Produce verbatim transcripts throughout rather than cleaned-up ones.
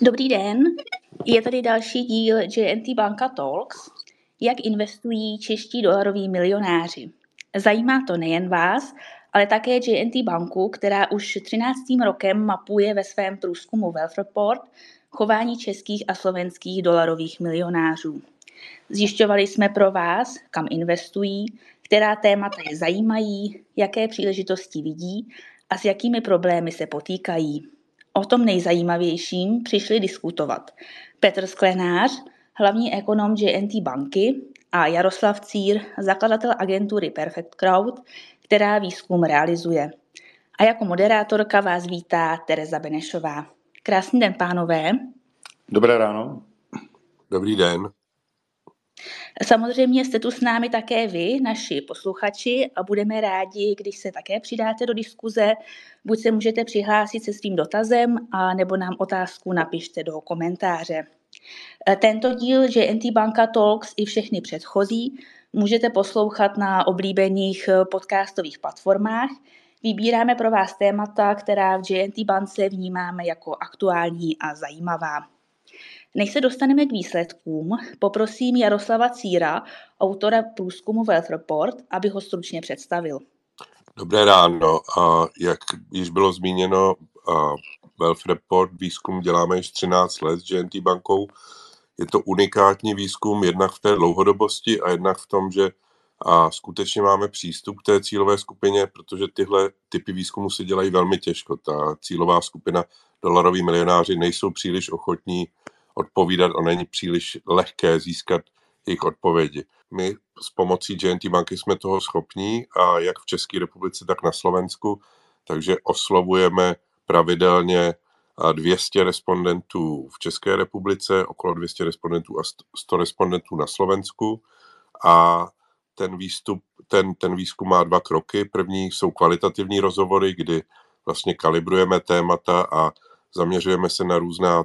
Dobrý den, je tady další díl J and T Banka Talks, jak investují čeští dolaroví milionáři. Zajímá to nejen vás, ale také J and T Banku, která už třináctým rokem mapuje ve svém průzkumu Wealth Report chování českých a slovenských dolarových milionářů. Zjišťovali jsme pro vás, kam investují, která témata je zajímají, jaké příležitosti vidí a s jakými problémy se potýkají. O tom nejzajímavějším přišli diskutovat Petr Sklenář, hlavní ekonom J and T Banky, a Jaroslav Cír, zakladatel agentury Perfect Crowd, která výzkum realizuje. A jako moderátorka vás vítá Tereza Benešová. Krásný den, pánové. Dobré ráno. Dobrý den. Samozřejmě jste tu s námi také vy, naši posluchači, a budeme rádi, když se také přidáte do diskuze. Buď se můžete přihlásit se svým dotazem, a nebo nám otázku napište do komentáře. Tento díl J and T Banka Talks i všechny předchozí můžete poslouchat na oblíbených podcastových platformách. Vybíráme pro vás témata, která v J and T Bance vnímáme jako aktuální a zajímavá. Než se dostaneme k výsledkům, poprosím Jaroslava Círa, autora průzkumu Wealth Report, aby ho stručně představil. Dobré ráno. A jak již bylo zmíněno, Wealth Report výzkum děláme již třináct let s J and T Bankou. Je to unikátní výzkum jednak v té dlouhodobosti a jednak v tom, že a skutečně máme přístup k té cílové skupině, protože tyhle typy výzkumu se dělají velmi těžko. Ta cílová skupina dolaroví milionáři nejsou příliš ochotní odpovídat a není příliš lehké získat jejich odpovědi. My s pomocí J and T Banky jsme toho schopní, a jak v České republice, tak na Slovensku, takže oslovujeme pravidelně dvě stě respondentů v České republice, okolo dvě stě respondentů a sto respondentů na Slovensku. A ten výstup, ten, ten výzkum má dva kroky. První jsou kvalitativní rozhovory, kdy vlastně kalibrujeme témata a zaměřujeme se na různá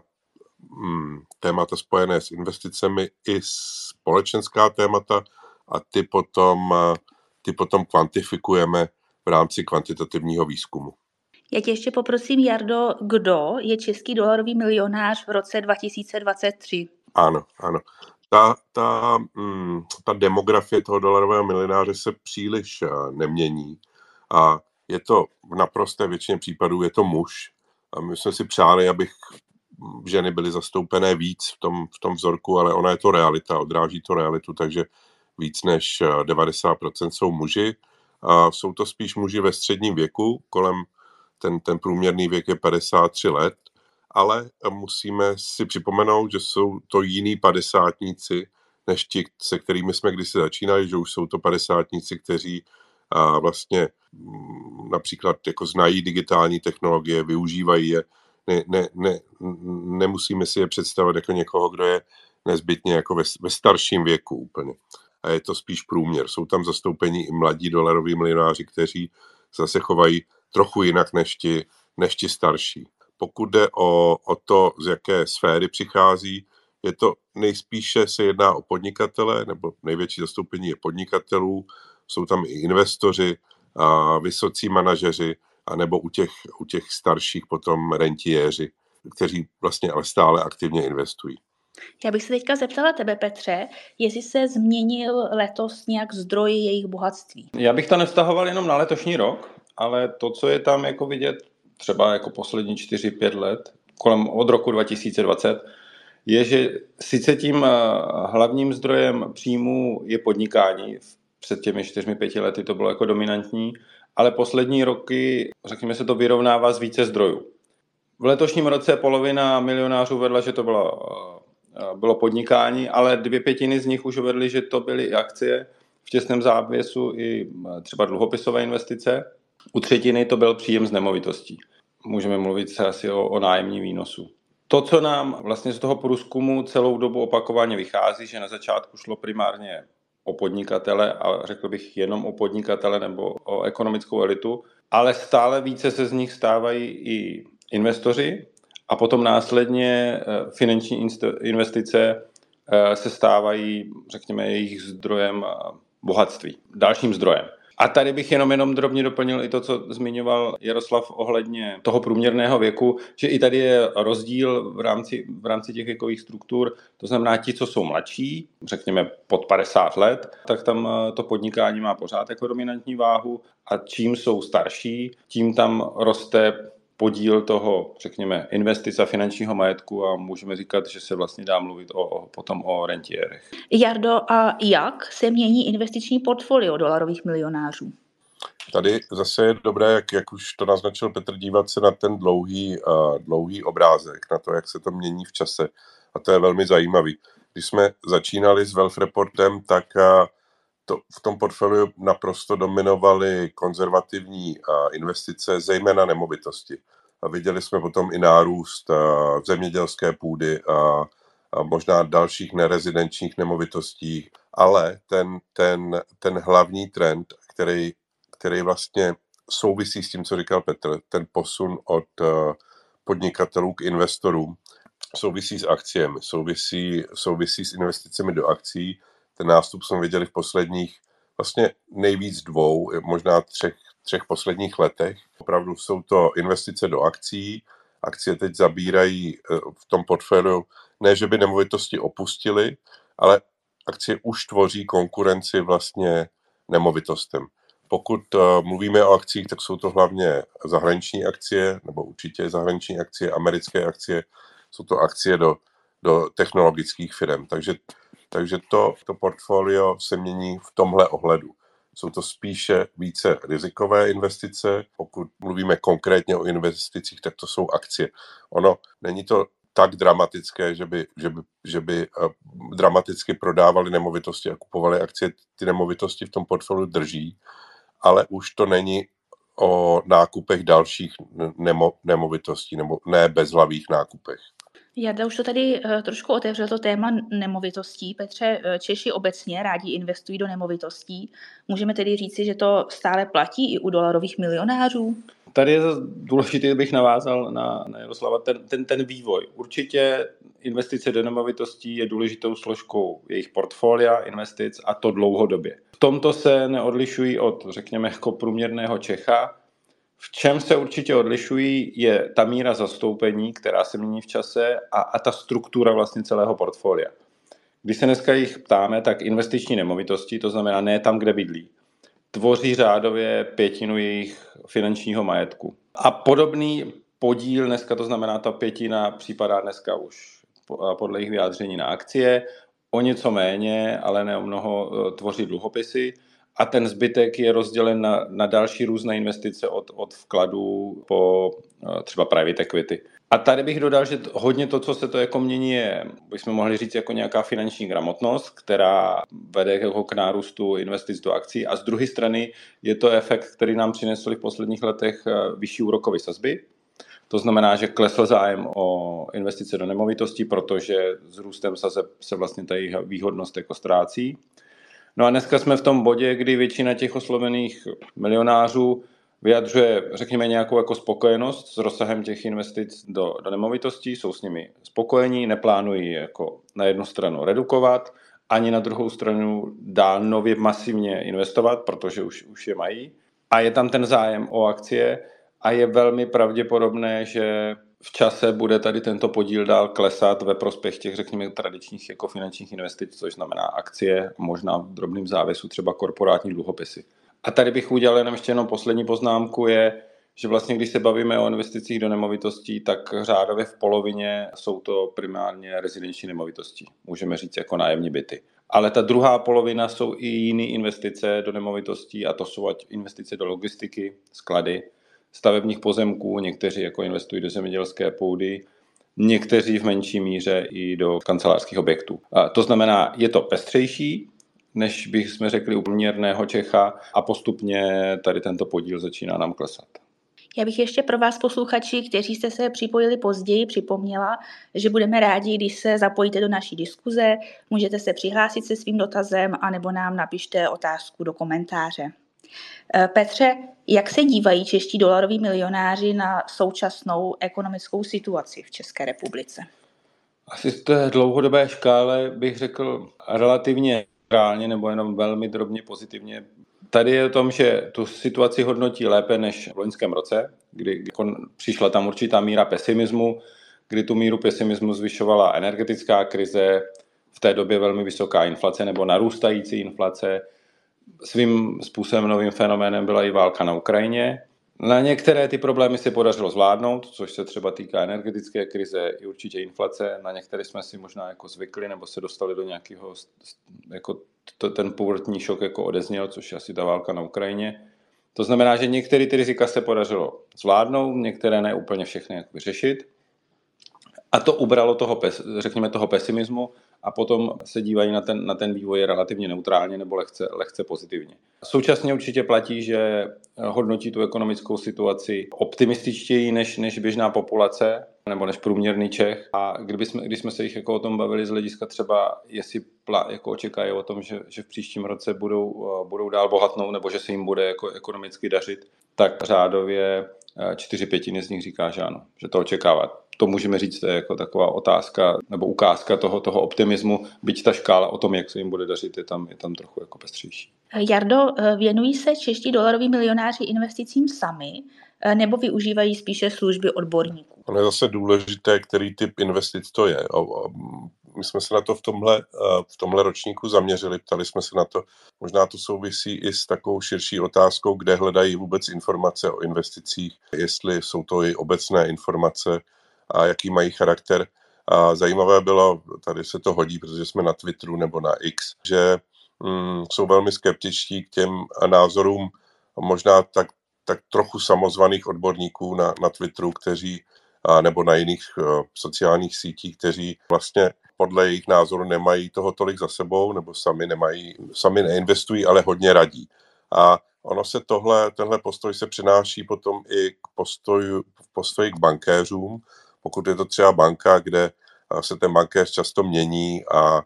hmm, témata spojené s investicemi i společenská témata, a ty potom, ty potom kvantifikujeme v rámci kvantitativního výzkumu. Já tě ještě poprosím, Jardo, kdo je český dolarový milionář v roce dva tisíce dvacet tři? Ano, ano. Ta, ta, mm, ta demografie toho dolarového milionáře se příliš uh, nemění a je to v naprosté většině případů je to muž. A my jsme si přáli, abych ženy byly zastoupené víc v tom, v tom vzorku, ale ona je to realita, odráží to realitu, takže víc než devadesát procent jsou muži. A jsou to spíš muži ve středním věku, kolem ten, ten průměrný věk je padesát tři let, ale musíme si připomenout, že jsou to jiní padesátníci, než ti, se kterými jsme kdysi začínali, že už jsou to padesátníci, kteří a vlastně například jako znají digitální technologie, využívají je. Ne, ne, ne, nemusíme si je představit jako někoho, kdo je nezbytně jako ve, ve starším věku úplně. A je to spíš průměr. Jsou tam zastoupení i mladí dolaroví milionáři, kteří zase chovají trochu jinak než ti, než ti starší. Pokud jde o, o to, z jaké sféry přichází, je to nejspíše se jedná o podnikatele, nebo největší zastoupení je podnikatelů, jsou tam i investoři, a vysocí manažeři, a nebo u těch, u těch starších potom rentiéři, kteří vlastně ale stále aktivně investují. Já bych se teďka zeptala tebe, Petře, jestli se změnil letos nějak zdroj jejich bohatství. Já bych to nevztahoval jenom na letošní rok, ale to, co je tam jako vidět třeba jako poslední čtyři pět let, kolem od roku dva tisíce dvacet, je, že sice tím hlavním zdrojem příjmů je podnikání, před těmi čtyřmi pěti lety to bylo jako dominantní, ale poslední roky, řekněme se, to vyrovnává z více zdrojů. V letošním roce polovina milionářů vedla, že to bylo, bylo podnikání, ale dvě pětiny z nich už uvedly, že to byly i akcie, v těsném závěsu i třeba dluhopisové investice. U třetiny to byl příjem z nemovitostí. Můžeme mluvit se asi o, o nájemní výnosu. To, co nám vlastně z toho průzkumu celou dobu opakovaně vychází, že na začátku šlo primárně o podnikatele a řekl bych jenom o podnikatele nebo o ekonomickou elitu, ale stále více se z nich stávají i investoři a potom následně finanční investice se stávají, řekněme, jejich zdrojem bohatství, dalším zdrojem. A tady bych jenom jenom drobně doplnil i to, co zmiňoval Jaroslav ohledně toho průměrného věku, že i tady je rozdíl v rámci, v rámci těch věkových struktur, to znamená ti, co jsou mladší, řekněme pod padesát let, tak tam to podnikání má pořád jako dominantní váhu a čím jsou starší, tím tam roste podíl toho, řekněme, investic a finančního majetku a můžeme říkat, že se vlastně dá mluvit o, o, potom o rentiérech. Jardo, a jak se mění investiční portfolio dolarových milionářů? Tady zase je dobré, jak, jak už to naznačil Petr, dívat se na ten dlouhý, uh, dlouhý obrázek, na to, jak se to mění v čase. A to je velmi zajímavý. Když jsme začínali s Wealth Reportem, tak uh, to, v tom portfoliu naprosto dominovaly konzervativní uh, investice, zejména nemovitosti. A viděli jsme potom i nárůst uh, zemědělské půdy a uh, a možná dalších nerezidenčních nemovitostí, ale ten, ten, ten hlavní trend, který, který vlastně souvisí s tím, co říkal Petr, ten posun od uh, podnikatelů k investorům, souvisí s akciemi, souvisí, souvisí s investicemi do akcí. Ten nástup jsme viděli v posledních vlastně nejvíc dvou, možná třech, třech posledních letech. Opravdu jsou to investice do akcí. Akcie teď zabírají v tom portfoliu, ne, že by nemovitosti opustili, ale akcie už tvoří konkurenci vlastně nemovitostem. Pokud uh, mluvíme o akcích, tak jsou to hlavně zahraniční akcie, nebo určitě zahraniční akcie, americké akcie, jsou to akcie do, do technologických firm. Takže, takže to, to portfolio se mění v tomhle ohledu. Jsou to spíše více rizikové investice. Pokud mluvíme konkrétně o investicích, tak to jsou akcie. Ono není to tak dramatické, že by, že by, že by uh, dramaticky prodávali nemovitosti a kupovali akcie. Ty nemovitosti v tom portfoliu drží, ale už to není o nákupech dalších nemo, nemovitostí, nebo ne bezhlavých nákupech. Jarda už to tady uh, trošku otevřel to téma nemovitostí. Petře, uh, Češi obecně rádi investují do nemovitostí. Můžeme tedy říci, že to stále platí i u dolarových milionářů? Tady je důležité, bych navázal na, na Jaroslava, ten, ten, ten vývoj. Určitě investice do nemovitostí je důležitou složkou jejich portfolia investic a to dlouhodobě. V tomto se neodlišují od, řekněme, jako průměrného Čecha. V čem se určitě odlišují, je ta míra zastoupení, která se mění v čase a, a ta struktura vlastně celého portfolia. Když se dneska jich ptáme, tak investiční nemovitosti, to znamená ne tam, kde bydlí, tvoří řádově pětinu jejich finančního majetku. A podobný podíl dneska, to znamená ta pětina, připadá dneska už podle jejich vyjádření na akcie, o něco méně, ale ne o mnoho, tvoří dluhopisy. A ten zbytek je rozdělen na, na další různé investice od, od vkladů po třeba private equity. A tady bych dodal, že hodně to, co se to jako mění, je, bychom mohli říct, jako nějaká finanční gramotnost, která vede jako k nárůstu investic do akcí. A z druhé strany je to efekt, který nám přinesl v posledních letech vyšší úrokové sazby. To znamená, že klesl zájem o investice do nemovitostí, protože s růstem sazeb se vlastně ta jejich výhodnost jako ztrácí. No a dneska jsme v tom bodě, kdy většina těch oslovených milionářů vyjadřuje, řekněme, nějakou jako spokojenost s rozsahem těch investic do, do nemovitostí, jsou s nimi spokojení, neplánují jako na jednu stranu redukovat, ani na druhou stranu dál nově masivně investovat, protože už, už je mají. A je tam ten zájem o akcie a je velmi pravděpodobné, že v čase bude tady tento podíl dál klesat ve prospěch těch, řekněme, tradičních jako finančních investic, což znamená akcie, možná v drobném závěsu třeba korporátní dluhopisy. A tady bych udělal jenom ještě jenom poslední poznámku je, že vlastně když se bavíme o investicích do nemovitostí, tak řádově v polovině jsou to primárně rezidenční nemovitosti. Můžeme říct jako nájemní byty. Ale ta druhá polovina jsou i jiné investice do nemovitostí a to jsou ať investice do logistiky, sklady, stavebních pozemků, někteří jako investují do zemědělské půdy, někteří v menší míře i do kancelářských objektů. A to znamená, je to pestřejší, než bychom řekli u průměrného Čecha a postupně tady tento podíl začíná nám klesat. Já bych ještě pro vás posluchači, kteří jste se připojili později, připomněla, že budeme rádi, když se zapojíte do naší diskuze, můžete se přihlásit se svým dotazem anebo nám napište otázku do komentáře. Petře, jak se dívají čeští dolaroví milionáři na současnou ekonomickou situaci v České republice? Asi z té dlouhodobé škále bych řekl relativně reálně nebo jenom velmi drobně pozitivně. Tady je o tom, že tu situaci hodnotí lépe než v loňském roce, kdy přišla tam určitá míra pesimismu, kdy tu míru pesimismu zvyšovala energetická krize, v té době velmi vysoká inflace nebo narůstající inflace. Svým způsobem novým fenoménem byla i válka na Ukrajině. Na některé ty problémy se podařilo zvládnout, což se třeba týká energetické krize i určitě inflace. Na některé jsme si možná jako zvykli nebo se dostali do nějakého, jako to, ten povrtní šok jako odezněl, což je asi ta válka na Ukrajině. To znamená, že některé ty rizika se podařilo zvládnout, některé ne úplně všechny jako vyřešit. A to ubralo toho, řekněme, toho pesimismu a potom se dívají na ten, na ten vývoj relativně neutrálně nebo lehce, lehce pozitivně. Současně určitě platí, že hodnotí tu ekonomickou situaci optimističtěji než, než běžná populace nebo než průměrný Čech. A kdyby jsme, když jsme se jich jako o tom bavili z hlediska třeba, jestli pla, jako očekají o tom, že, že v příštím roce budou, budou dál bohatnout nebo že se jim bude jako ekonomicky dařit, tak řádově čtyři pětiny z nich říká, že ano, že to očekává. To můžeme říct, to je jako taková otázka nebo ukázka toho, toho optimismu, byť ta škála o tom, jak se jim bude dařit, je tam, je tam trochu jako pestřejší. Jardo, věnují se čeští dolaroví milionáři investicím sami nebo využívají spíše služby odborníků? Ono je zase důležité, který typ investic to je. My jsme se na to v tomhle, v tomhle ročníku zaměřili, ptali jsme se na to. Možná to souvisí i s takovou širší otázkou, kde hledají vůbec informace o investicích, jestli jsou to i obecné informace a jaký mají charakter. A zajímavé bylo, tady se to hodí, protože jsme na Twitteru nebo na X, že mm, jsou velmi skeptičtí k těm názorům možná tak, tak trochu samozvaných odborníků na, na Twitteru, kteří a nebo na jiných uh, sociálních sítích, kteří vlastně podle jejich názoru nemají toho tolik za sebou, nebo sami nemají, sami neinvestují, ale hodně radí. A ono se tohle, tenhle postoj se přináší potom i k postoju, postoji k bankéřům, pokud je to třeba banka, kde se ten bankéř často mění a,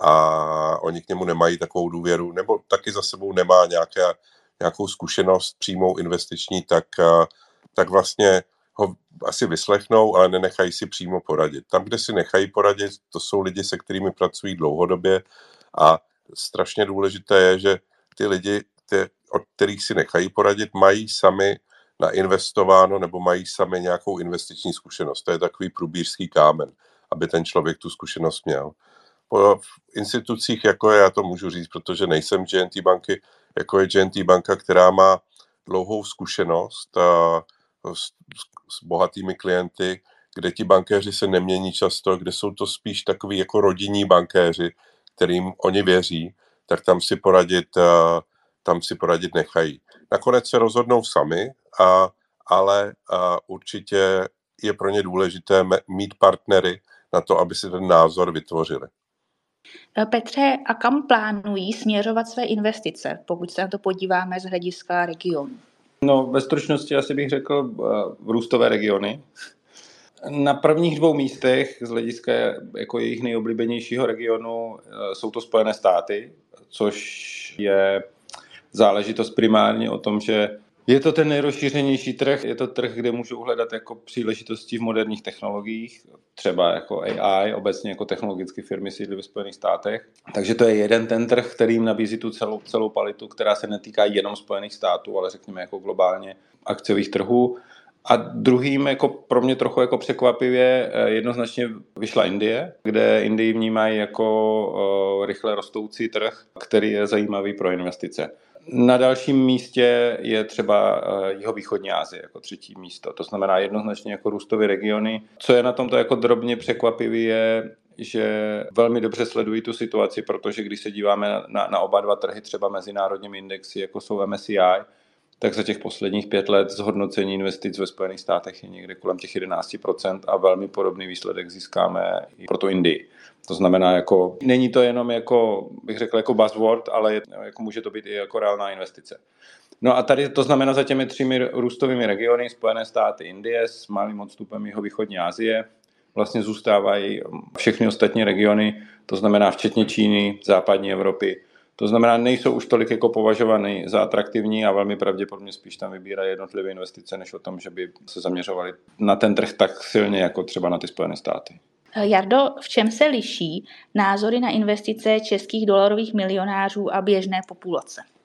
a oni k němu nemají takovou důvěru, nebo taky za sebou nemá nějaké, nějakou zkušenost přímou investiční, tak, tak vlastně ho asi vyslechnou, ale nenechají si přímo poradit. Tam, kde si nechají poradit, to jsou lidi, se kterými pracují dlouhodobě a strašně důležité je, že ty lidi, ty, od kterých si nechají poradit, mají sami nainvestováno nebo mají sami nějakou investiční zkušenost. To je takový průbířský kámen, aby ten člověk tu zkušenost měl. Po institucích, jako je, já to můžu říct, protože nejsem J and T banky, jako je J and T banka, která má dlouhou zkušenost a S, s bohatými klienty, kde ti bankéři se nemění často, kde jsou to spíš takový jako rodinní bankéři, kterým oni věří, tak tam si poradit, tam si poradit nechají. Nakonec se rozhodnou sami, a, ale a určitě je pro ně důležité mít partnery na to, aby si ten názor vytvořili. Petře, a kam plánují směřovat své investice, pokud se na to podíváme z hlediska regionu? No, ve stručnosti asi bych řekl v růstové regiony. Na prvních dvou místech z hlediska jako jejich nejoblíbenějšího regionu jsou to Spojené státy, což je záležitost primárně o tom, že je to ten nejrozšířenější trh, je to trh, kde můžu hledat jako příležitosti v moderních technologiích, třeba jako A I, obecně jako technologické firmy sídlí ve Spojených státech. Takže to je jeden ten trh, který jim nabízí tu celou, celou palitu, která se netýká jenom Spojených států, ale řekněme jako globálně akciových trhů. A druhým jako pro mě trochu jako překvapivě jednoznačně vyšla Indie, kde Indii vnímají jako rychle rostoucí trh, který je zajímavý pro investice. Na dalším místě je třeba jihovýchodní Asie jako třetí místo. To znamená jednoznačně jako růstové regiony. Co je na tomto jako drobně překvapivé je, že velmi dobře sledují tu situaci, protože když se díváme na, na, na oba dva trhy, třeba mezinárodními indexy, jako jsou M S C I, tak za těch posledních pět let zhodnocení investic ve Spojených státech je někde kolem těch jedenáct procent a velmi podobný výsledek získáme i pro tu Indii. To znamená, jako, není to jenom jako, bych řekl, jako buzzword, ale je, jako může to být i jako reálná investice. No a tady to znamená za těmi třemi růstovými regiony, Spojené státy, Indie s malým odstupem jihovýchodní Asie, vlastně zůstávají všechny ostatní regiony, to znamená včetně Číny, západní Evropy. To znamená, nejsou už tolik jako považovaný za atraktivní a velmi pravděpodobně spíš tam vybírají jednotlivé investice, než o tom, že by se zaměřovali na ten trh tak silně, jako třeba na ty Spojené státy. Jardo, v čem se liší názory na investice českých dolarových milionářů a běžné populace?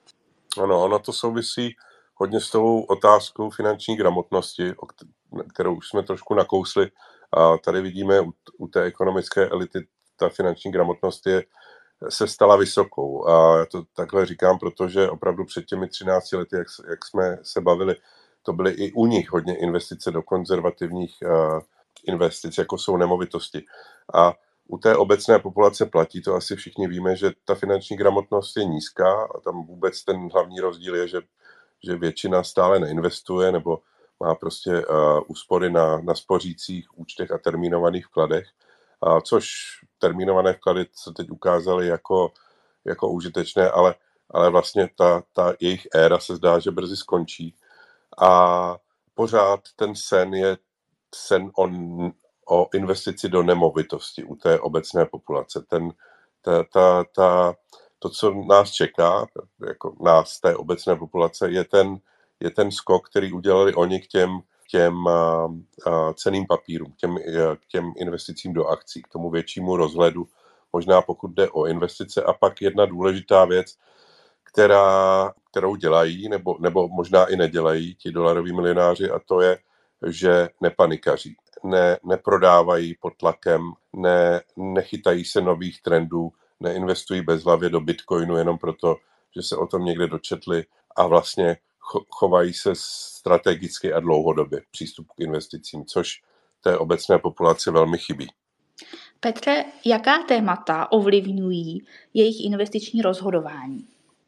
Ano, ono to souvisí hodně s tou otázkou finanční gramotnosti, o kterou už jsme trošku nakousli. A tady vidíme u, u té ekonomické elity, ta finanční gramotnost je, se stala vysokou. A já to takhle říkám, protože opravdu před těmi třinácti lety, jak, jak jsme se bavili, to byly i u nich hodně investice do konzervativních uh, investic, jako jsou nemovitosti. A u té obecné populace platí, to asi všichni víme, že ta finanční gramotnost je nízká a tam vůbec ten hlavní rozdíl je, že, že většina stále neinvestuje nebo má prostě uh, úspory na, na spořících účtech a termínovaných vkladech, uh, což termínované vklady se teď ukázaly jako, jako užitečné, ale, ale vlastně ta, ta jejich éra se zdá, že brzy skončí. A pořád ten sen je sen o, o investici do nemovitosti u té obecné populace. Ten, ta, ta, ta, to, co nás čeká, jako nás, té obecné populace, je ten, je ten skok, který udělali oni k těm, těm a, a cenným papírům, k těm, k těm investicím do akcí, k tomu většímu rozhledu, možná pokud jde o investice. A pak jedna důležitá věc, která, kterou dělají, nebo, nebo možná i nedělají ti dolaroví milionáři, a to je, že nepanikaří, ne, neprodávají pod tlakem, ne, nechytají se nových trendů, neinvestují bezhlavě do Bitcoinu jenom proto, že se o tom někde dočetli a vlastně cho, chovají se strategicky a dlouhodobě přístup k investicím, což té obecné populaci velmi chybí. Petře, jaká témata ovlivňují jejich investiční rozhodování?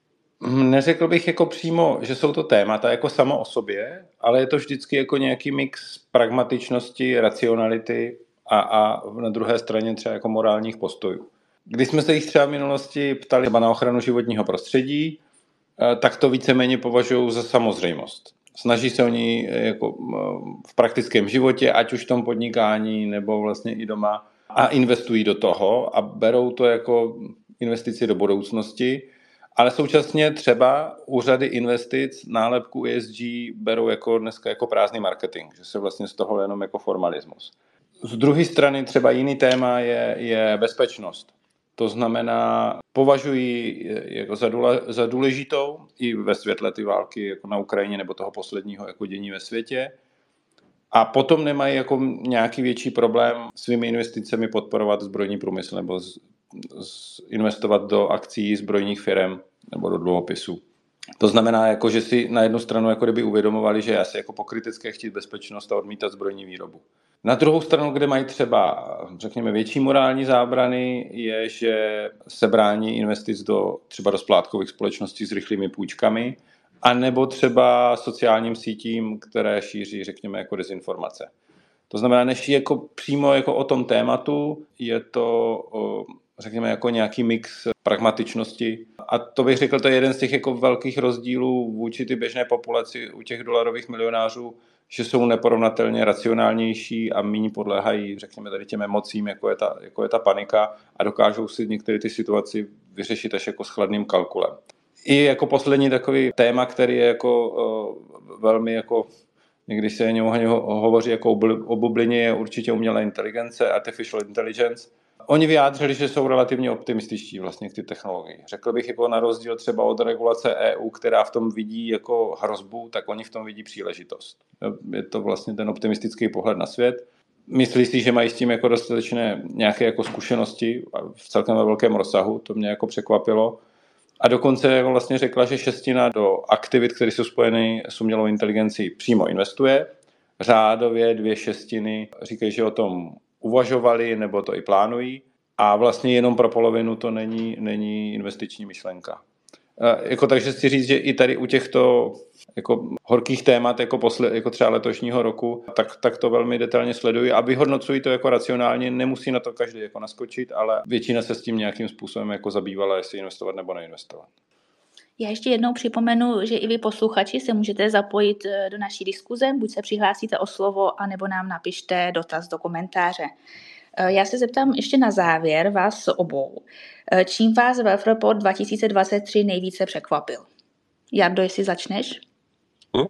Neřekl bych jako přímo, že jsou to témata jako samo o sobě, ale je to vždycky jako nějaký mix pragmatičnosti, racionality a, a na druhé straně třeba jako morálních postojů. Když jsme se jich třeba v minulosti ptali na ochranu životního prostředí, tak to víceméně považují za samozřejmost. Snaží se oni jako v praktickém životě, ať už v tom podnikání nebo vlastně i doma, a investují do toho a berou to jako investici do budoucnosti. Ale současně třeba úřady investic nálepku E S G berou jako dneska jako prázdný marketing, že se vlastně z toho jenom jako formalismus. Z druhé strany třeba jiný téma je, je bezpečnost. To znamená, považují jako za, důle, za důležitou i ve světle ty války jako na Ukrajině nebo toho posledního jako dění ve světě. A potom nemají jako nějaký větší problém svými investicemi podporovat zbrojní průmysl nebo z, z, investovat do akcí zbrojních firm nebo do dluhopisů. To znamená, jako, že si na jednu stranu jako kdyby uvědomovali, že je asi jako pokrytecké chtít bezpečnost a odmítat zbrojní výrobu. Na druhou stranu, kde mají třeba, řekněme, větší morální zábrany, je, že se brání investic do třeba do splátkových společností s rychlými půjčkami, a nebo třeba sociálním sítím, které šíří, řekněme, jako dezinformace. To znamená, než jako přímo jako o tom tématu, je to, řekněme, jako nějaký mix pragmatičnosti. A to bych řekl, to je jeden z těch jako velkých rozdílů vůči ty běžné populaci u těch dolarových milionářů, že jsou neporovnatelně racionálnější a méně podléhají, řekněme, tady těm emocím, jako je ta, jako je ta panika, a dokážou si některé ty situaci vyřešit až jako s chladným kalkulem. I jako poslední takový téma, který je jako uh, velmi jako, někdy se o něm hovoří jako o bublině, je určitě umělá inteligence, artificial intelligence. Oni vyjádřili, že jsou relativně optimističtí vlastně k ty technologii. Řekl bych, jako na rozdíl třeba od regulace E U, která v tom vidí jako hrozbu, tak oni v tom vidí příležitost. Je to vlastně ten optimistický pohled na svět. Myslí si, že mají s tím jako dostatečné nějaké jako zkušenosti v celkem velkém rozsahu, to mě jako překvapilo. A dokonce vlastně řekla, že šestina do aktivit, které jsou spojeny s umělou inteligencí, přímo investuje. Řádově dvě šestiny říkají, že o tom uvažovali nebo to i plánují. A vlastně jenom pro polovinu to není, není investiční myšlenka. E, jako, takže chci říct, že i tady u těchto jako horkých témat, jako, posle, jako třeba letošního roku, tak, tak to velmi detailně sledují a vyhodnocují to jako racionálně. Nemusí na to každý jako naskočit, ale většina se s tím nějakým způsobem jako zabývala, jestli investovat nebo neinvestovat. Já ještě jednou připomenu, že i vy posluchači se můžete zapojit do naší diskuze, buď se přihlásíte o slovo, anebo nám napište dotaz do komentáře. Já se zeptám ještě na závěr vás obou. Čím vás Wealth Report dva tisíce dvacet tři nejvíce překvapil? Jardo, jestli začneš? Hm?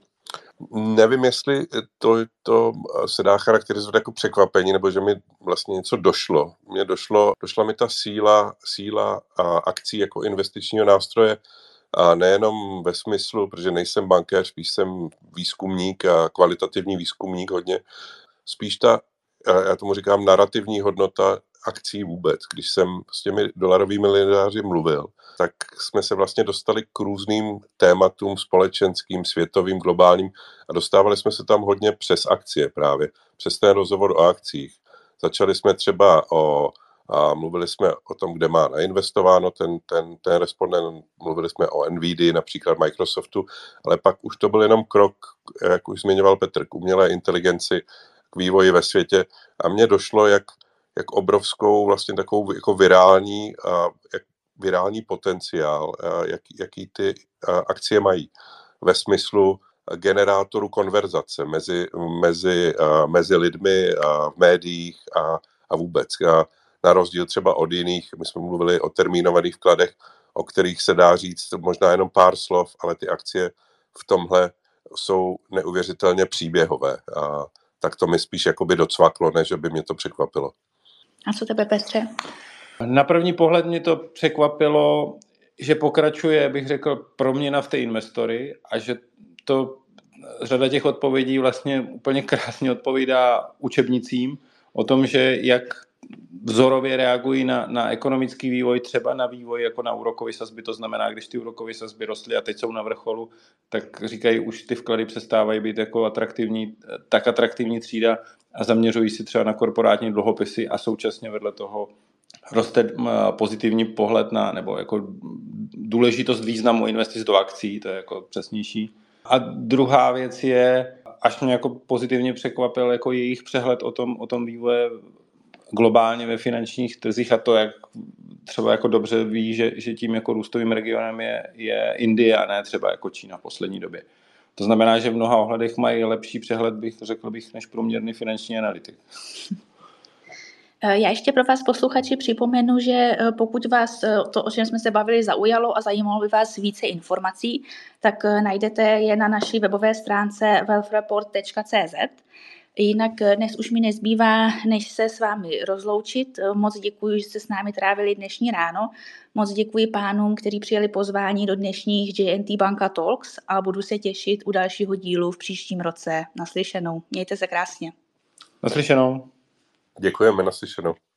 Nevím, jestli to, to se dá charakterizovat jako překvapení, nebo že mi vlastně něco došlo. Mně došlo, došla mi ta síla, síla a akcí jako investičního nástroje A nejenom ve smyslu, protože nejsem bankéř, spíš jsem výzkumník a kvalitativní výzkumník hodně, spíš ta, já tomu říkám, narrativní hodnota akcí vůbec. Když jsem s těmi dolarovými miliardáři mluvil, tak jsme se vlastně dostali k různým tématům společenským, světovým, globálním a dostávali jsme se tam hodně přes akcie právě, přes ten rozhovor o akcích. Začali jsme třeba o, a mluvili jsme o tom, kde má nainvestováno ten, ten, ten respondent, mluvili jsme o Nvidia, například Microsoftu, ale pak už to byl jenom krok, jak už zmiňoval Petr, k umělé inteligenci, k vývoji ve světě a mně došlo, jak, jak obrovskou vlastně takovou jako virální, a, jak virální potenciál, a, jak, jaký ty a, akcie mají ve smyslu generátoru konverzace mezi, mezi, a, mezi lidmi a v médiích a, a vůbec. A na rozdíl třeba od jiných, my jsme mluvili o termínovaných vkladech, o kterých se dá říct možná jenom pár slov, ale ty akcie v tomhle jsou neuvěřitelně příběhové. A tak to mi spíš jakoby docvaklo, než že by mě to překvapilo. A co tebe, Petře? Na první pohled mě to překvapilo, že pokračuje, bych řekl, proměna v té investory a že to řada těch odpovědí vlastně úplně krásně odpovídá učebnicím o tom, že jak vzorově reagují na, na ekonomický vývoj, třeba na vývoj jako na úrokové sazby, to znamená, když ty úrokové sazby rostly a teď jsou na vrcholu, tak říkají, už ty vklady přestávají být jako atraktivní, tak atraktivní třída a zaměřují si třeba na korporátní dluhopisy a současně vedle toho roste pozitivní pohled na, nebo jako důležitost významu investic do akcí, to je jako přesnější. A druhá věc je, až mě jako pozitivně překvapil jako jejich přehled o tom, o tom vývoje globálně ve finančních trzích a to, jak třeba jako dobře ví, že, že tím jako růstovým regionem je, je Indie a ne třeba jako Čína v poslední době. To znamená, že v mnoha ohledech mají lepší přehled, bych řekl bych, než průměrný finanční analytik. Já ještě pro vás posluchači připomenu, že pokud vás to, o čem jsme se bavili, zaujalo a zajímalo by vás více informací, tak najdete je na naší webové stránce wealth report tečka cé zet. Jinak dnes už mi nezbývá, než se s vámi rozloučit. Moc děkuji, že jste s námi trávili dnešní ráno. Moc děkuji pánům, kteří přijeli pozvání do dnešních J and T Banka Talks a budu se těšit u dalšího dílu v příštím roce. Naslyšenou. Mějte se krásně. Naslyšenou. Děkujeme, naslyšenou.